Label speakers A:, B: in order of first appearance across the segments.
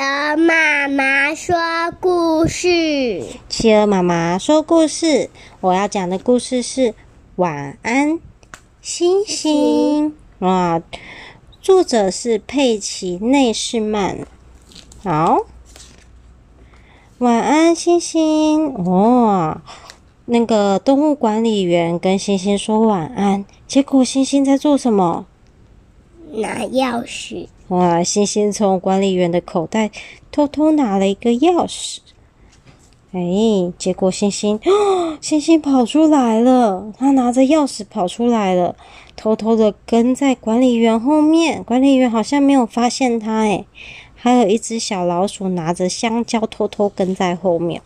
A: 鹅妈妈说故事。
B: 企鹅妈妈说故事，我要讲的故事是晚安星星啊，作者是佩奇内士曼。好，晚安星星哦。那个动物管理员跟星星说晚安，结果星星在做什么？
A: 拿钥匙。
B: 哇！星星从管理员的口袋偷偷拿了一个钥匙。结果星星跑出来了，他拿着钥匙跑出来了，偷偷的跟在管理员后面。管理员好像没有发现他。还有一只小老鼠拿着香蕉偷偷跟在后面，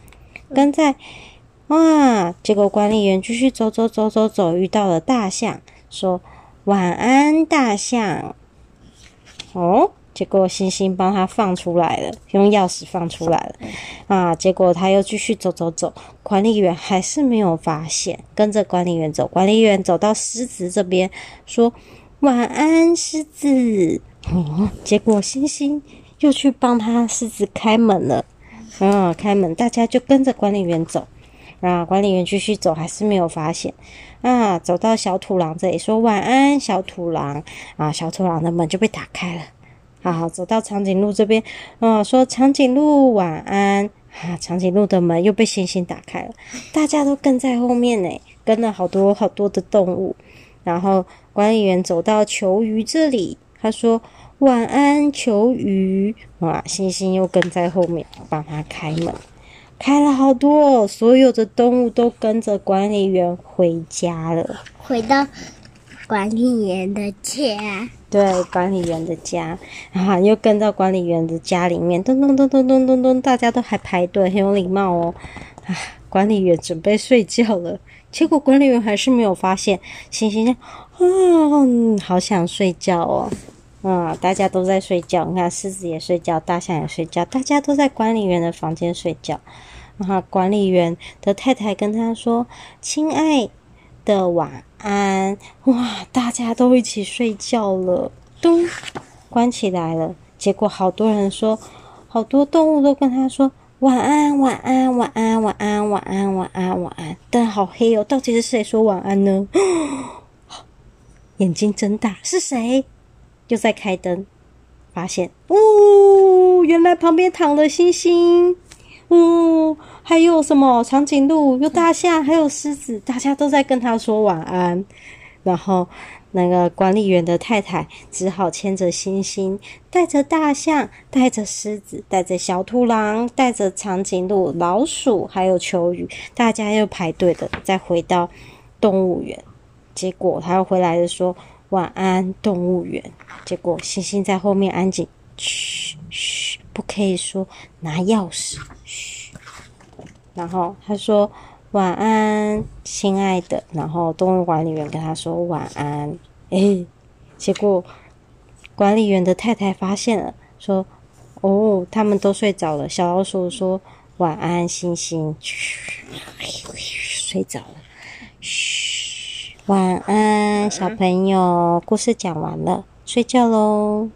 B: 结果管理员继续走，遇到了大象，说晚安大象。结果星星帮他放出来了，用钥匙放出来了。结果他又继续走，管理员还是没有发现，跟着管理员走。管理员走到狮子这边，说晚安狮子。结果星星又去帮他狮子开门了。开门，大家就跟着管理员走。管理员继续走，还是没有发现。走到小土狼这里，说晚安小土狼。小土狼的门就被打开了。走到长颈鹿这边，说长颈鹿晚安。长颈鹿的门又被星星打开了。大家都跟在后面呢，跟了好多好多的动物。然后管理员走到球鱼这里，他说晚安球鱼。星星又跟在后面帮他开门，开了好多所有的动物都跟着管理员回家了，
A: 回到管理员的家。
B: 对，管理员的家。又跟到管理员的家里面，咚咚咚咚咚咚咚，大家都还排队，很有礼貌哦。管理员准备睡觉了，结果管理员还是没有发现。星星好想睡觉哦。大家都在睡觉，你看狮子也睡觉，大象也睡觉，大家都在管理员的房间睡觉。管理员的太太跟他说亲爱的晚安。大家都一起睡觉了，咚，关起来了。结果好多人说，好多动物都跟他说晚安晚安晚安晚安晚安晚安晚安。但好黑哦，到底是谁说晚安呢？眼睛睁大，是谁？又在开灯，发现原来旁边躺了星星。还有什么长颈鹿，有大象，还有狮子，大家都在跟他说晚安。然后那个管理员的太太只好牵着星星，带着大象，带着狮子，带着小土狼，带着长颈鹿、老鼠还有球鱼，大家又排队的再回到动物园。结果他又回来的说晚安动物园。结果星星在后面安静，嘘，不可以说，拿钥匙，嘘。然后他说晚安亲爱的，然后动物管理员跟他说晚安。结果管理员的太太发现了，说他们都睡着了。小老鼠说晚安星星，睡着了，晚安小朋友，故事讲完了，睡觉咯。